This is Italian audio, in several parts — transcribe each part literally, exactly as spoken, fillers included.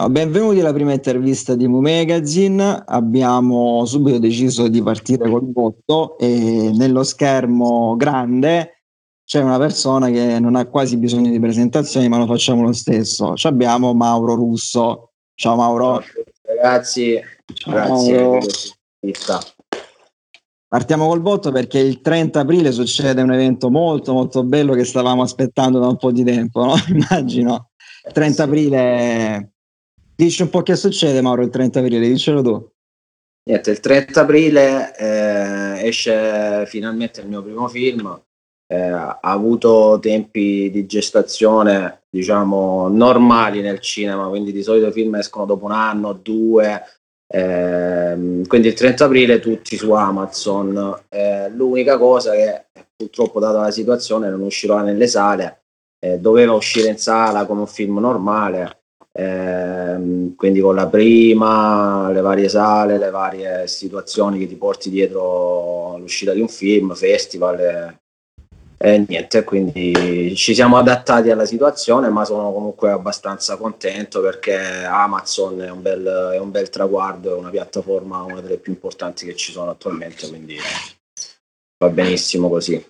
Benvenuti alla prima intervista di Mu Magazine. Abbiamo subito deciso di partire col botto e nello schermo grande c'è una persona che non ha quasi bisogno di presentazioni, ma lo facciamo lo stesso. Ci abbiamo Mauro Russo. Ciao Mauro. Ciao ragazzi, Ciao, grazie. Mauro. Partiamo col botto perché il trenta aprile succede un evento molto molto bello che stavamo aspettando da un po' di tempo, no? Immagino. trenta aprile. Dici un po' che succede, Mauro, il trenta aprile, dicelo tu. Niente, il trenta aprile eh, esce finalmente il mio primo film, eh, ha avuto tempi di gestazione, diciamo, normali nel cinema, quindi di solito i film escono dopo un anno, due, eh, quindi il trenta aprile tutti su Amazon. Eh, l'unica cosa che purtroppo, data la situazione, non uscirà nelle sale, eh, doveva uscire in sala come un film normale. Eh, quindi con la prima, le varie sale, le varie situazioni che ti porti dietro l'uscita di un film, festival e, e niente, quindi ci siamo adattati alla situazione, ma sono comunque abbastanza contento perché Amazon è un bel, è un bel traguardo, è una piattaforma, una delle più importanti che ci sono attualmente, quindi va benissimo così.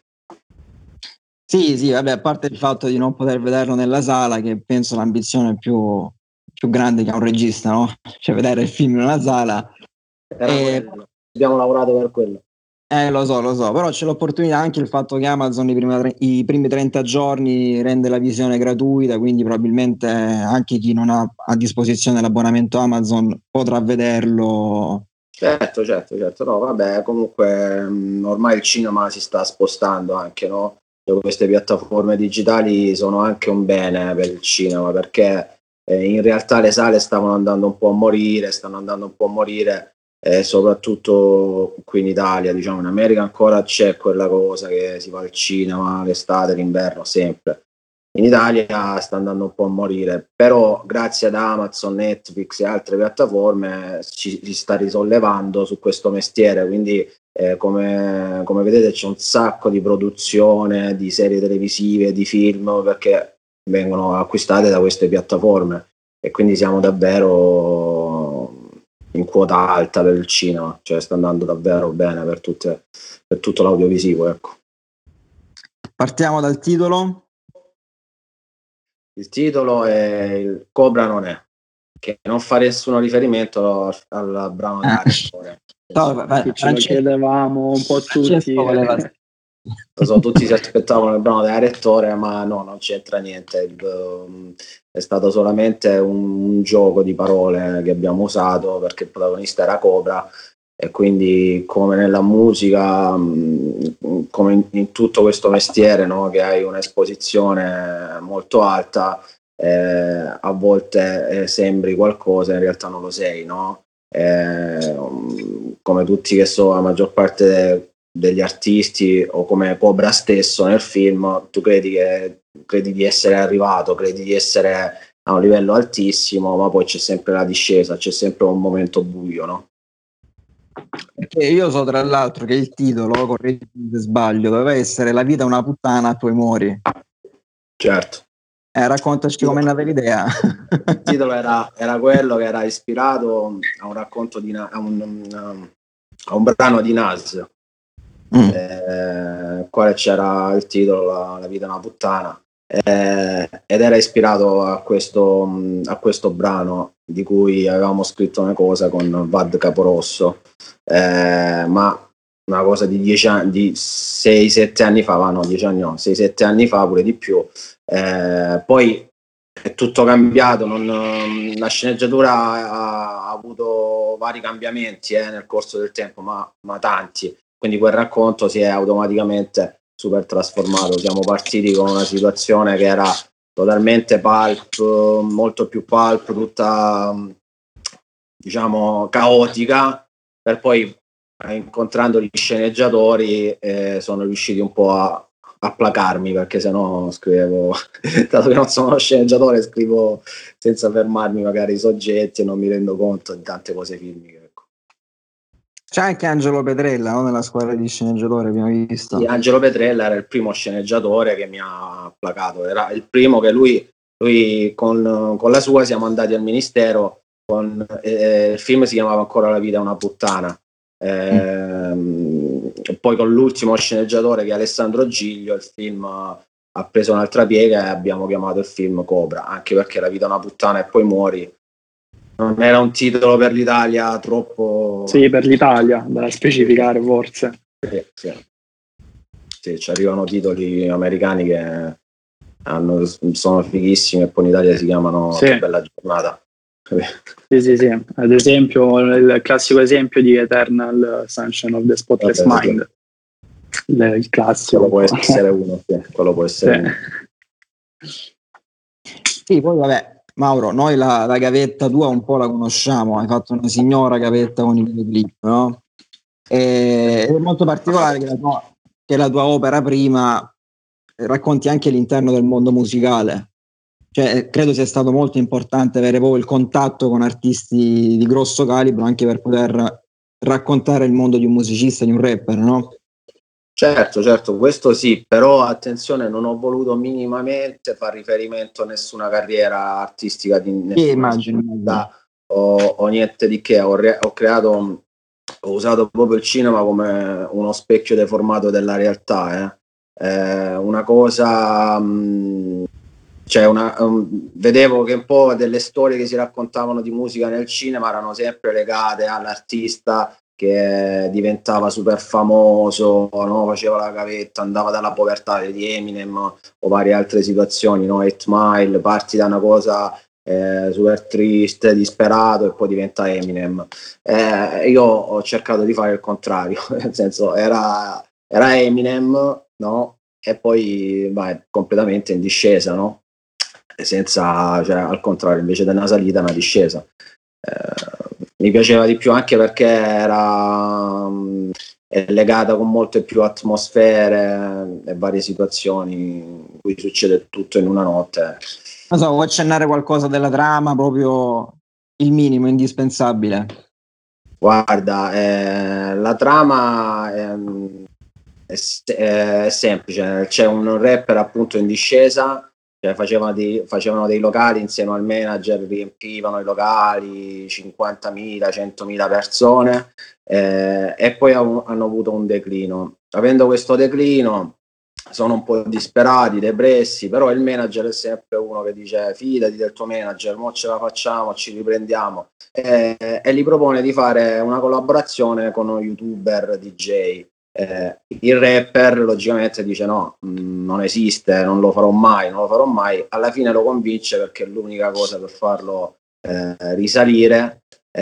Sì, sì, vabbè, a parte il fatto di non poter vederlo nella sala, che penso l'ambizione più, più grande che ha un regista, no? Cioè vedere il film in una sala. E... abbiamo lavorato per quello. Eh, lo so, lo so, però c'è l'opportunità anche il fatto che Amazon i primi, i primi trenta giorni rende la visione gratuita, quindi probabilmente anche chi non ha a disposizione l'abbonamento Amazon potrà vederlo. Certo, certo, certo, no, vabbè, comunque mh, ormai il cinema si sta spostando anche, no? Queste piattaforme digitali sono anche un bene per il cinema, perché eh, in realtà le sale stavano andando un po' a morire, stanno andando un po' a morire, eh, soprattutto qui in Italia, diciamo, in America ancora c'è quella cosa che si va al cinema l'estate, l'inverno, sempre. In Italia sta andando un po' a morire, però grazie ad Amazon, Netflix e altre piattaforme ci si sta risollevando su questo mestiere, quindi eh, come, come vedete c'è un sacco di produzione, di serie televisive, di film, perché vengono acquistate da queste piattaforme e quindi siamo davvero in quota alta per il cinema, cioè sta andando davvero bene per, tutte, per tutto l'audiovisivo, ecco. Partiamo dal titolo. Il titolo è il Cobra non è, che non fa nessuno riferimento al, al brano di Arettore. No, ce lo chiedevamo un po' tutti. Lo so, tutti si aspettavano il brano di Arettore, ma no, non c'entra niente. Il, è stato solamente un, un gioco di parole che abbiamo usato perché il protagonista era Cobra. E quindi, come nella musica, come in, in tutto questo mestiere, no, che hai un'esposizione molto alta, eh, a volte eh, sembri qualcosa, in realtà non lo sei, no? Eh, come tutti che so, la maggior parte de, degli artisti, o come Cobra stesso nel film, tu credi che credi di essere arrivato, credi di essere a un livello altissimo, ma poi c'è sempre la discesa, c'è sempre un momento buio, no? Perché io so tra l'altro che il titolo, correggimi se sbaglio, doveva essere La vita è una puttana, poi muori. Certo. Eh, raccontaci com'è nata l'idea. Il titolo era, era quello che era ispirato a un racconto di a un, a un brano di Nas, mm. eh, quale c'era il titolo La, la vita è una puttana, eh, ed era ispirato a questo, a questo brano di cui avevamo scritto una cosa con Vad Caporosso, eh, ma una cosa di dieci anni, di sei sette anni fa, va, no, dieci anni no, sei sette anni fa, pure di più. Eh, poi è tutto cambiato, non, la sceneggiatura ha, ha avuto vari cambiamenti eh, nel corso del tempo, ma, ma tanti, quindi quel racconto si è automaticamente super trasformato. Siamo partiti con una situazione che era totalmente pulp, molto più pulp, tutta diciamo caotica, per poi incontrando gli sceneggiatori eh, sono riusciti un po' a a placarmi, perché sennò scrivevo, dato che non sono uno sceneggiatore, scrivo senza fermarmi magari i soggetti e non mi rendo conto di tante cose filmiche. Ecco. C'è anche Angelo Petrella, no? Nella squadra di sceneggiatori, abbiamo visto. Sì, Angelo Petrella era il primo sceneggiatore che mi ha placato, era il primo che lui lui con, con la sua siamo andati al ministero, con, eh, il film si chiamava Ancora la vita è una puttana. Eh, mm. Poi con l'ultimo sceneggiatore che è Alessandro Giglio il film ha preso un'altra piega e abbiamo chiamato il film Cobra, anche perché La vita è una puttana e poi muori non era un titolo per l'Italia troppo... Sì, per l'Italia, da specificare forse. Sì, sì. Sì, ci arrivano titoli americani che hanno, sono fighissimi e poi in Italia si chiamano Sì. Che bella giornata. Sì, sì, sì. Ad esempio, il classico esempio di Eternal Sunshine of the Spotless Vabbè, Mind. Il, il classico. Quello può essere uno, sì. Quello può essere sì. uno. Sì, poi vabbè, Mauro, noi la, la gavetta tua un po' la conosciamo, hai fatto una signora gavetta con i videoclip, no? E, è molto particolare che la, tua, che la tua opera prima racconti anche l'interno del mondo musicale. Cioè, credo sia stato molto importante avere proprio il contatto con artisti di grosso calibro anche per poter raccontare il mondo di un musicista, di un rapper, no? Certo, certo, questo sì, però attenzione, non ho voluto minimamente far riferimento a nessuna carriera artistica di nessuna sì, immagino, immagino. O, o niente di che, ho, re- ho creato, ho usato proprio il cinema come uno specchio deformato della realtà, eh. Eh, una cosa, mh, cioè una, um, vedevo che un po' delle storie che si raccontavano di musica nel cinema erano sempre legate all'artista che diventava super famoso, no? Faceva la gavetta, andava dalla povertà di Eminem o varie altre situazioni, no? eight Mile, parti da una cosa eh, super triste, disperato e poi diventa Eminem. Eh, io ho cercato di fare il contrario, nel senso era, era Eminem, no? E poi vai completamente in discesa, no? Senza, cioè, al contrario, invece della salita una discesa. Eh, mi piaceva di più anche perché era mh, è legata con molte più atmosfere e varie situazioni in cui succede tutto in una notte. Non so, vuoi accennare qualcosa della trama, proprio il minimo indispensabile? Guarda, eh, la trama è, è, è semplice, c'è un rapper appunto in discesa. Cioè facevano, dei, facevano dei locali insieme al manager, riempivano i locali, cinquantamila, centomila persone, eh, e poi hanno, hanno avuto un declino. Avendo questo declino sono un po' disperati, depressi, però il manager è sempre uno che dice fidati del tuo manager, mo ce la facciamo, ci riprendiamo, eh, e gli propone di fare una collaborazione con uno youtuber D J. Eh, il rapper logicamente dice no, mh, non esiste, non lo farò mai, non lo farò mai. Alla fine lo convince perché è l'unica cosa per farlo eh, risalire.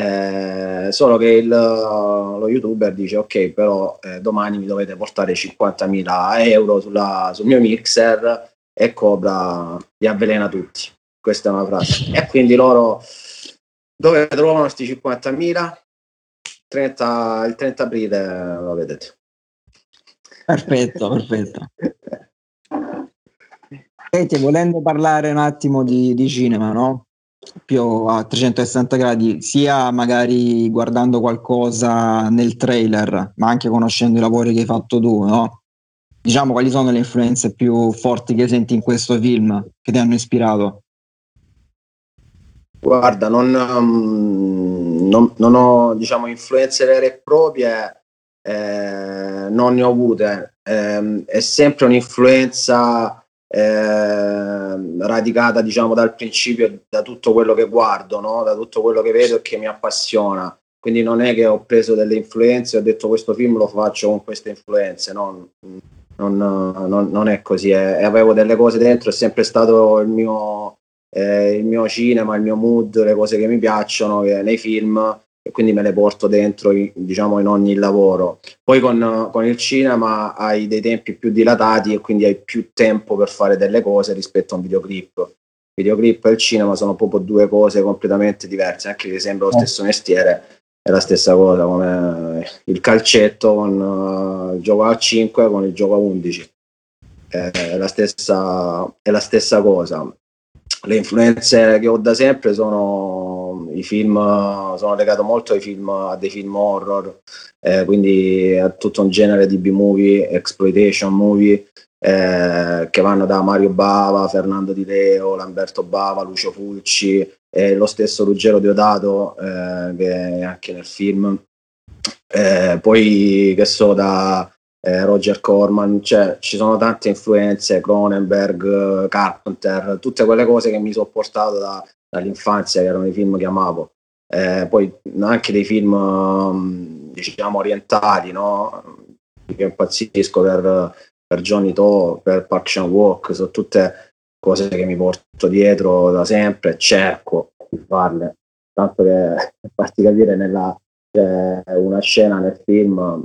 Eh, solo che il, lo youtuber dice ok, però eh, domani mi dovete portare cinquantamila euro sulla, sul mio mixer e Cobra li avvelena tutti. Questa è una frase. E quindi loro dove trovano questi cinquantamila? trenta, il trenta aprile lo vedete. Perfetto, perfetto. Senti, volendo parlare un attimo di, di cinema, no? Più a trecentosessanta gradi, sia magari guardando qualcosa nel trailer, ma anche conoscendo i lavori che hai fatto tu, no? Diciamo, quali sono le influenze più forti che senti in questo film, che ti hanno ispirato? Guarda, non, um, non, non ho, diciamo, influenze vere e proprie, eh, non ne ho avute. Eh, è sempre un'influenza eh, radicata, diciamo, dal principio, da tutto quello che guardo, no? Da tutto quello che vedo e che mi appassiona. Quindi non è che ho preso delle influenze e ho detto questo film lo faccio con queste influenze, no? Non, non, non è così. Eh. Avevo delle cose dentro, è sempre stato il mio Eh, il mio cinema, il mio mood, le cose che mi piacciono che nei film, e quindi me le porto dentro in, diciamo in ogni lavoro. Poi con, con il cinema hai dei tempi più dilatati e quindi hai più tempo per fare delle cose rispetto a un videoclip. Il videoclip e il cinema sono proprio due cose completamente diverse, anche se sembra lo stesso mestiere, è la stessa cosa, come il calcetto con uh, il gioco a cinque con il gioco a undici. È la stessa, è la stessa cosa. Le influenze che ho da sempre sono i film, sono legato molto ai film, a dei film horror, eh, quindi a tutto un genere di B-movie, exploitation movie, eh, che vanno da Mario Bava, Fernando Di Leo, Lamberto Bava, Lucio Fulci e lo stesso Ruggero Deodato, eh, che è anche nel film. Eh, poi che so da eh, Roger Corman, cioè ci sono tante influenze, Cronenberg, Carpenter, tutte quelle cose che mi sono portato da, dall'infanzia, che erano i film che amavo. Eh, poi anche dei film diciamo orientali, no? Che impazzisco per, per Johnny To, per Park Chan-wook, sono tutte cose che mi porto dietro da sempre e cerco di farle, tanto che farti capire nella c'è una scena nel film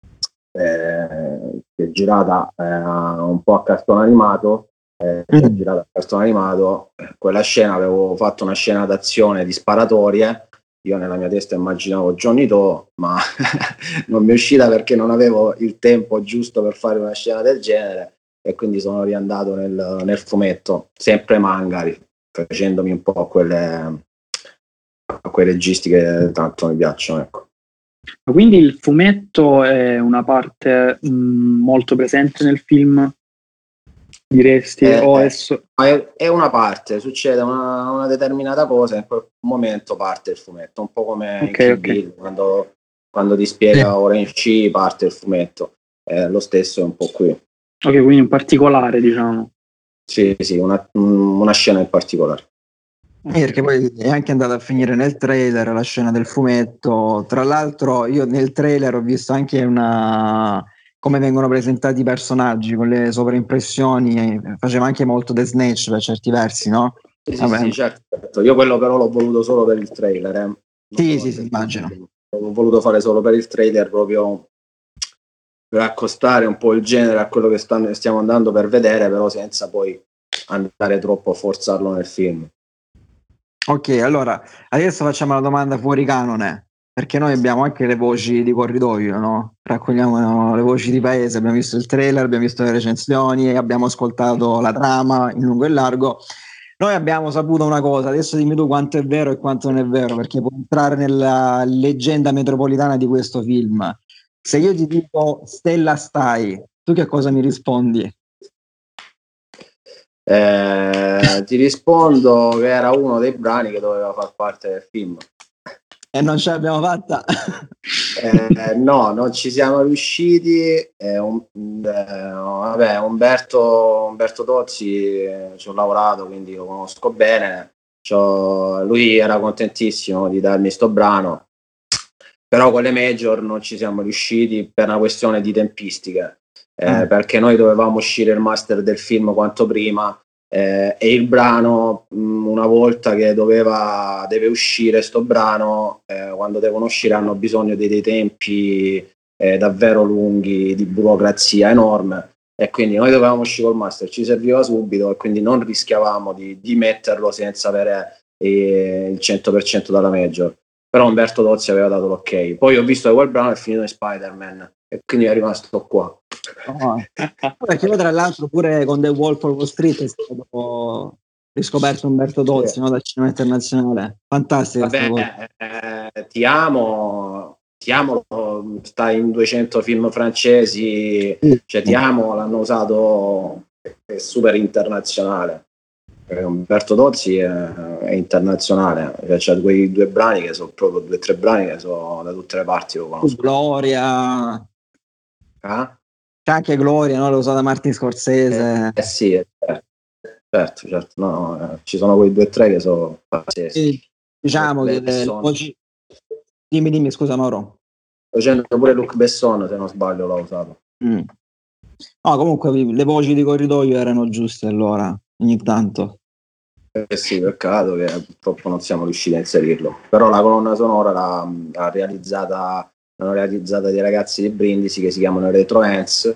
eh, che è girata eh, un po' a cartone animato, eh, mm. è girata a cartone animato, quella scena avevo fatto una scena d'azione di sparatorie, io nella mia testa immaginavo Johnny To, ma non mi è uscita perché non avevo il tempo giusto per fare una scena del genere e quindi sono riandato nel, nel fumetto, sempre manga, facendomi un po' a quelle a quei registi che tanto mi piacciono, ecco. Quindi il fumetto è una parte mh, molto presente nel film, diresti? Eh, o è, so- è, è una parte, succede una, una determinata cosa, in quel momento parte il fumetto, un po' come okay, in Kill okay. Bill, quando, quando ti spiega Orange C parte il fumetto, eh, lo stesso è un po' qui. Ok, quindi un particolare, diciamo. Sì, sì, una, una scena in particolare. Perché poi è anche andata a finire nel trailer la scena del fumetto. Tra l'altro io nel trailer ho visto anche una come vengono presentati i personaggi con le sovraimpressioni, faceva anche molto The Snatch per certi versi, no? Sì, sì, sì, certo. Io quello però l'ho voluto solo per il trailer, eh. Sì, sì, sì, immagino. L'ho voluto fare solo per il trailer, proprio per accostare un po' il genere a quello che stanno, stiamo andando per vedere, però senza poi andare troppo a forzarlo nel film. Ok, allora adesso facciamo la domanda fuori canone, perché noi abbiamo anche le voci di corridoio, no? Raccogliamo le voci di paese, abbiamo visto il trailer, abbiamo visto le recensioni, abbiamo ascoltato la trama in lungo e largo. Noi abbiamo saputo una cosa, adesso dimmi tu quanto è vero e quanto non è vero, perché può entrare nella leggenda metropolitana di questo film. Se io ti dico Stella stai, tu che cosa mi rispondi? Eh, ti rispondo che era uno dei brani che doveva far parte del film. E non ce l'abbiamo fatta? Eh, no, non ci siamo riusciti. Eh, un, eh, vabbè, Umberto, Umberto Tozzi eh, ci ho lavorato, quindi lo conosco bene. C'ho, lui era contentissimo di darmi sto brano, però con le major non ci siamo riusciti per una questione di tempistiche, eh, ah. perché noi dovevamo uscire il master del film quanto prima. Eh, e il brano, mh, una volta che doveva deve uscire sto brano, eh, quando devono uscire hanno bisogno di dei tempi eh, davvero lunghi, di burocrazia enorme, e quindi noi dovevamo uscire col master, ci serviva subito e quindi non rischiavamo di, di metterlo senza avere eh, il cento per cento dalla major. Però Umberto Tozzi aveva dato l'ok. Poi ho visto che quel brano è finito in Spider-Man e quindi è rimasto qua. Oh. Perché poi tra l'altro pure con The Wolf of Wall Street è stato riscoperto Umberto Tozzi, sì, no, dal cinema internazionale. Fantastica. Vabbè, eh, ti amo, ti amo, sta in duecento film francesi, sì, cioè ti amo, l'hanno usato, è super internazionale. Umberto Tozzi è, è internazionale, cioè, c'è quei due brani che sono proprio due o tre brani che sono da tutte le parti, lo conosco. Gloria, eh? c'è anche Gloria, no? L'ho usata Martin Scorsese. Eh, eh sì, certo, certo, certo. No, no, eh, ci sono quei due o tre che sono pazzeschi. Diciamo che le voci... dimmi, dimmi, scusa Mauro. Facendo pure Luc Besson, se non sbaglio, l'ho usato. Mm. No, comunque le voci di corridoio erano giuste allora, ogni tanto. Eh sì, peccato che purtroppo non siamo riusciti a inserirlo. Però la colonna sonora l'ha, l'ha realizzata, l'hanno realizzata dei ragazzi di Brindisi che si chiamano Retro Hands.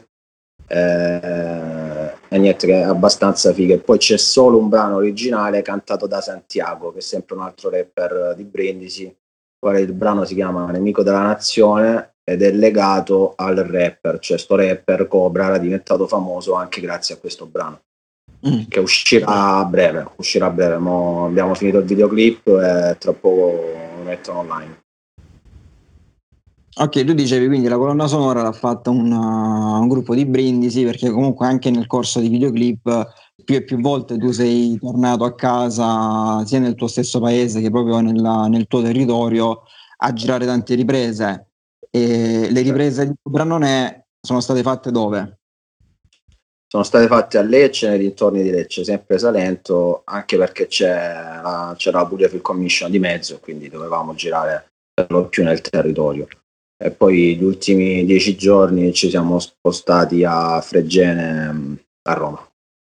Eh, e niente, che è abbastanza figa. Poi c'è solo un brano originale cantato da Santiago, che è sempre un altro rapper di Brindisi. Poi il brano si chiama Nemico della Nazione ed è legato al rapper, cioè sto rapper Cobra era diventato famoso anche grazie a questo brano, mm. che uscirà a breve, uscirà a breve. Mo abbiamo finito il videoclip e tra poco lo mettono online. Ok, tu dicevi quindi la colonna sonora l'ha fatta un, uh, un gruppo di Brindisi, perché comunque anche nel corso di videoclip più e più volte tu sei tornato a casa sia nel tuo stesso paese che proprio nella, nel tuo territorio a girare tante riprese. E le riprese di Cobra non è sono state fatte dove? Sono state fatte a Lecce, nei dintorni di Lecce, sempre Salento, anche perché c'è la, c'era la Puglia Film Commission di mezzo, quindi dovevamo girare per lo più nel territorio. E poi gli ultimi dieci giorni ci siamo spostati a Fregene, a Roma.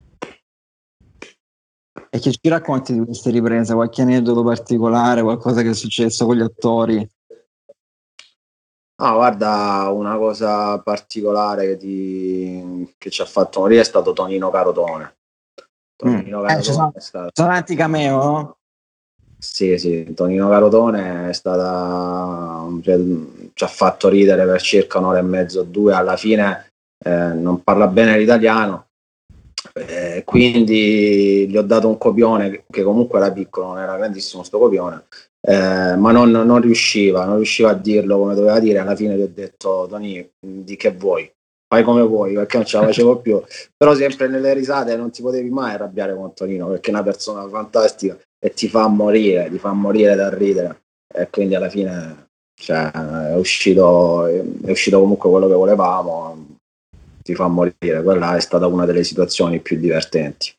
E che ci racconti di queste riprese? Qualche aneddoto particolare, qualcosa che è successo con gli attori? Ah, guarda, una cosa particolare che, ti, che ci ha fatto morire è stato Tonino Carotone. Tonino mm. Carotone eh, ci sono, è stato... sono tanti cameo, no? Sì, sì, Tonino Carotone è stata, cioè, ci ha fatto ridere per circa un'ora e mezzo, due, alla fine eh, non parla bene l'italiano, eh, quindi gli ho dato un copione che comunque era piccolo, non era grandissimo sto copione, eh, ma non, non riusciva, non riusciva a dirlo come doveva dire, alla fine gli ho detto Toni, di che vuoi? Fai come vuoi, perché non ce la facevo più, però sempre nelle risate non ti potevi mai arrabbiare con Tonino, perché è una persona fantastica e ti fa morire, ti fa morire da ridere, e quindi alla fine cioè, è uscito è uscito comunque quello che volevamo, ti fa morire. Quella è stata una delle situazioni più divertenti.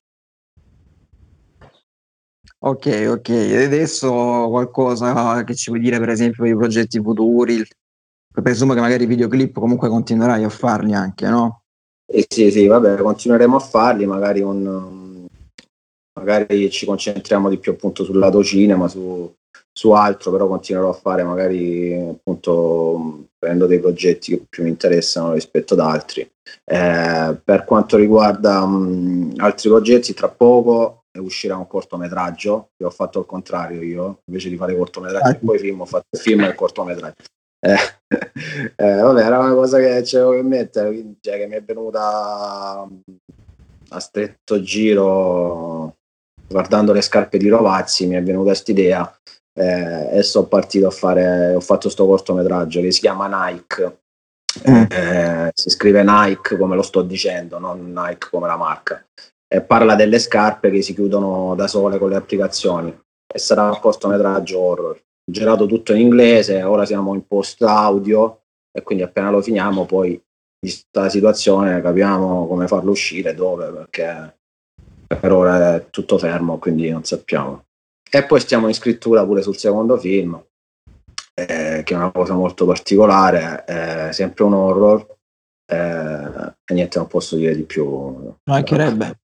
Ok, ok, e adesso qualcosa che ci vuoi dire per esempio per i progetti futuri? Presumo che magari i videoclip comunque continuerai a farli anche, no? Eh sì, sì, vabbè, continueremo a farli, magari un, magari ci concentriamo di più appunto sul lato cinema, su, su altro, però continuerò a fare magari appunto prendo dei progetti che più mi interessano rispetto ad altri. Eh, per quanto riguarda mh, altri progetti, tra poco uscirà un cortometraggio, che ho fatto al contrario io, invece di fare cortometraggi ah, e poi film, ho fatto il film e il cortometraggio. Eh, eh, vabbè, era una cosa che c'avevo in mente, cioè, che mi è venuta a stretto giro guardando le scarpe di Rovazzi, mi è venuta quest'idea eh, e sono partito a fare, ho fatto sto cortometraggio che si chiama Nike, mm. eh, si scrive Nike come lo sto dicendo, non Nike come la marca, e parla delle scarpe che si chiudono da sole con le applicazioni, e sarà un cortometraggio horror, girato tutto in inglese, ora siamo in post audio e quindi appena lo finiamo poi vista la situazione capiamo come farlo uscire, dove, perché per ora è tutto fermo, quindi non sappiamo. E poi stiamo in scrittura pure sul secondo film, eh, che è una cosa molto particolare, eh, sempre un horror, eh, e niente, non posso dire di più. Mancherebbe.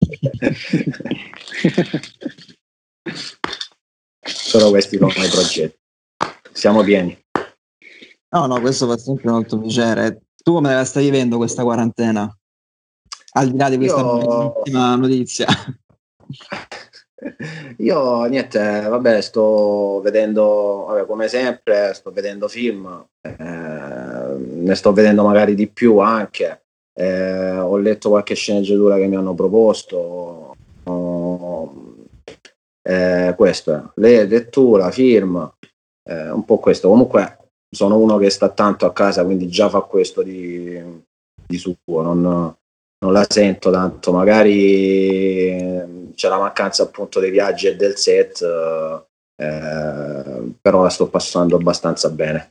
Però questi sono i progetti. Siamo pieni. No, no, questo fa sempre molto piacere. Tu come la stai vivendo questa quarantena? Al di là di questa ultima notizia. Io niente, vabbè, sto vedendo, vabbè, come sempre, sto vedendo film, eh, ne sto vedendo magari di più anche. Eh, ho letto qualche sceneggiatura che mi hanno proposto. Oh, eh, questo è, le lettura, film, eh, un po' questo. Comunque sono uno che sta tanto a casa, quindi già fa questo di, di suo, non, non la sento tanto, magari c'è la mancanza appunto dei viaggi e del set, eh, però la sto passando abbastanza bene.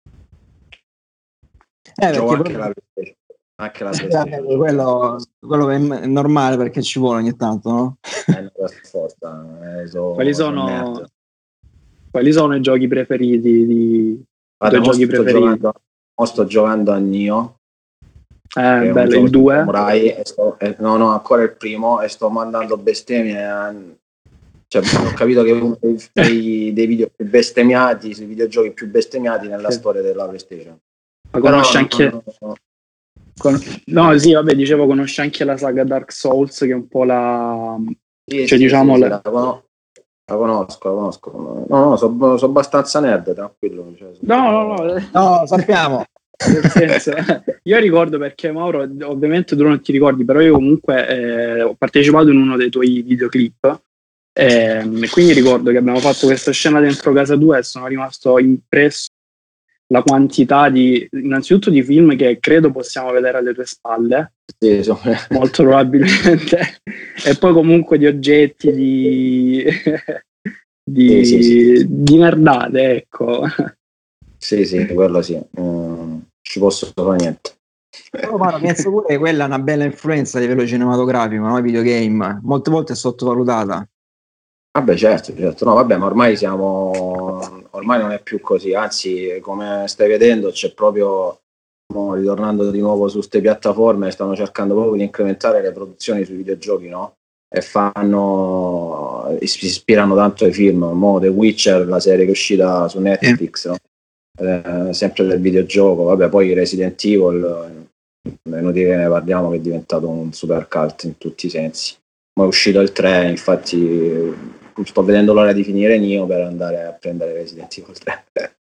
Eh, Gioco anche proprio... la anche la PlayStation. Eh, quello, quello è normale perché ci vuole ogni tanto, no? Eh, forza, eh, so, quali sono so quali sono i giochi preferiti di Guarda, i giochi sto preferiti? Giocando, sto giocando a Nioh. Eh, bello, il due? E sto, eh, no, no, ancora il primo, e sto mandando bestemmie. A, cioè, ho capito che è uno dei, dei video più bestemmiati, i videogiochi più bestemmiati nella sì. storia della PlayStation. Ma conosci Però, anche... No, no, Con... no, sì, vabbè, dicevo, conosci anche la saga Dark Souls, che è un po' la... Sì, cioè, sì, diciamo... sì, la... Sì, la, conosco, la conosco, la conosco. No, no, sono so abbastanza nerd, tranquillo. Cioè, so no, no, no, no, sappiamo. Nel senso, io ricordo perché Mauro, ovviamente tu non ti ricordi, però io comunque eh, ho partecipato in uno dei tuoi videoclip eh, e quindi ricordo che abbiamo fatto questa scena dentro casa tua e sono rimasto impresso la quantità di, innanzitutto di film che credo possiamo vedere alle tue spalle, sì, so. molto probabilmente, e poi comunque di oggetti, di, di, sì, sì, sì. di merdate, ecco. Sì, sì, quello sì, mm, ci posso fare niente. Però Mauro, penso pure che quella è una bella influenza a livello cinematografico, no? I videogame, molte volte è sottovalutata. Vabbè, certo, certo, no, vabbè, ma ormai siamo, ormai non è più così, anzi, come stai vedendo, c'è proprio, no, ritornando di nuovo su queste piattaforme, stanno cercando proprio di incrementare le produzioni sui videogiochi, no? E fanno, si ispirano tanto ai film, mo The Witcher, la serie che è uscita su Netflix, no? Eh, sempre del videogioco, vabbè, poi Resident Evil, è inutile che ne parliamo, che è diventato un super cult in tutti i sensi. Ma è uscito il tre, infatti sto vedendo l'ora di finire Nioh per andare a prendere Resident Evil tre.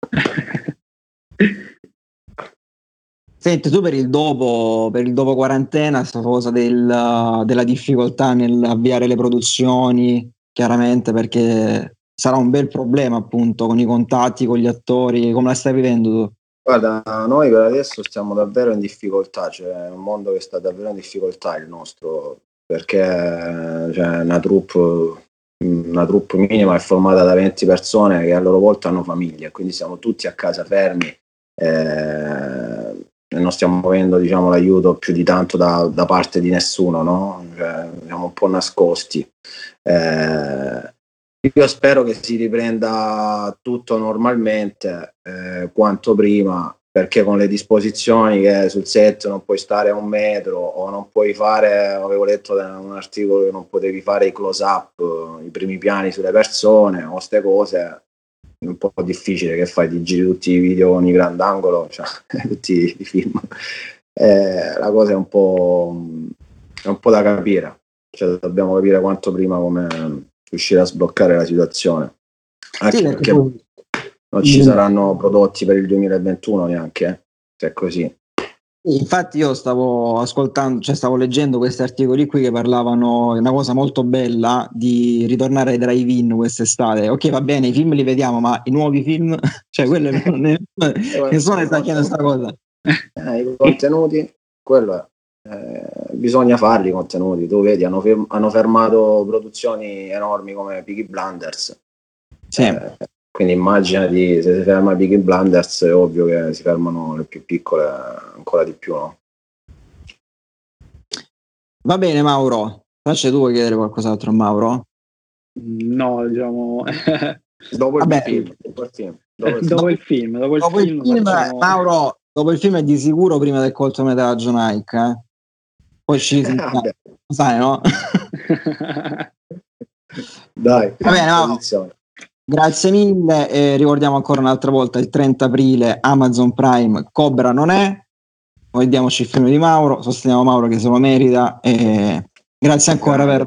Senti, tu per il dopo, per il dopo quarantena, questa cosa del, della difficoltà nell'avviare le produzioni, chiaramente perché sarà un bel problema appunto con i contatti, con gli attori, come la stai vivendo tu? Guarda, noi per adesso stiamo davvero in difficoltà, cioè è un mondo che sta davvero in difficoltà il nostro, perché cioè, una troupe una troupe minima è formata da venti persone che a loro volta hanno famiglie, quindi siamo tutti a casa fermi eh, e non stiamo avendo, diciamo, l'aiuto più di tanto da, da parte di nessuno, no? Cioè, siamo un po' nascosti. Eh, io spero che si riprenda tutto normalmente eh, quanto prima, perché con le disposizioni che sul set non puoi stare a un metro o non puoi fare, avevo letto da un articolo che non potevi fare i close up, i primi piani sulle persone o ste cose, è un po' difficile che fai, ti giri tutti i video con i grandangolo, cioè tutti i film. Eh, la cosa è un po', è un po' da capire, cioè dobbiamo capire quanto prima come riuscire a sbloccare la situazione, anche Sì, perché poi... non ci saranno prodotti per il duemilaventuno neanche, eh, se è così. Infatti io stavo ascoltando, cioè stavo leggendo questi articoli qui che parlavano, una cosa molto bella, di ritornare ai drive-in quest'estate. Ok, va bene, i film li vediamo, ma i nuovi film, cioè quello nessuno ne sta chiedendo questa cosa. Eh, I contenuti, quello è. Eh, bisogna farli i contenuti, tu vedi, hanno, ferm- hanno fermato produzioni enormi come Peaky Blinders. Sì. Eh, quindi immaginati, se si ferma Peaky Blinders è ovvio che si fermano le più piccole ancora di più, no? Va bene Mauro, faccia tu, vuoi chiedere qualcos'altro a Mauro? No, diciamo... Dopo il Vabbè, film, dopo il film, dopo il dopo film. il film, dopo il dopo film, il film facciamo... Mauro, dopo il film è di sicuro prima del cortometraggio Nike, eh? Poi ci sentiamo, sai, no? Dai, va bene Mauro, grazie mille e ricordiamo ancora un'altra volta il trenta aprile Amazon Prime Cobra non è, vediamoci il film di Mauro, sosteniamo Mauro che se lo merita e grazie ancora per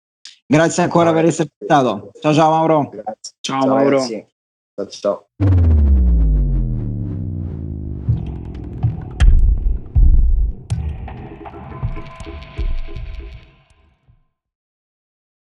grazie ancora per essere stato. Ciao ciao Mauro. Grazie. Ciao, Ciao Mauro. ragazzi. Ciao ciao.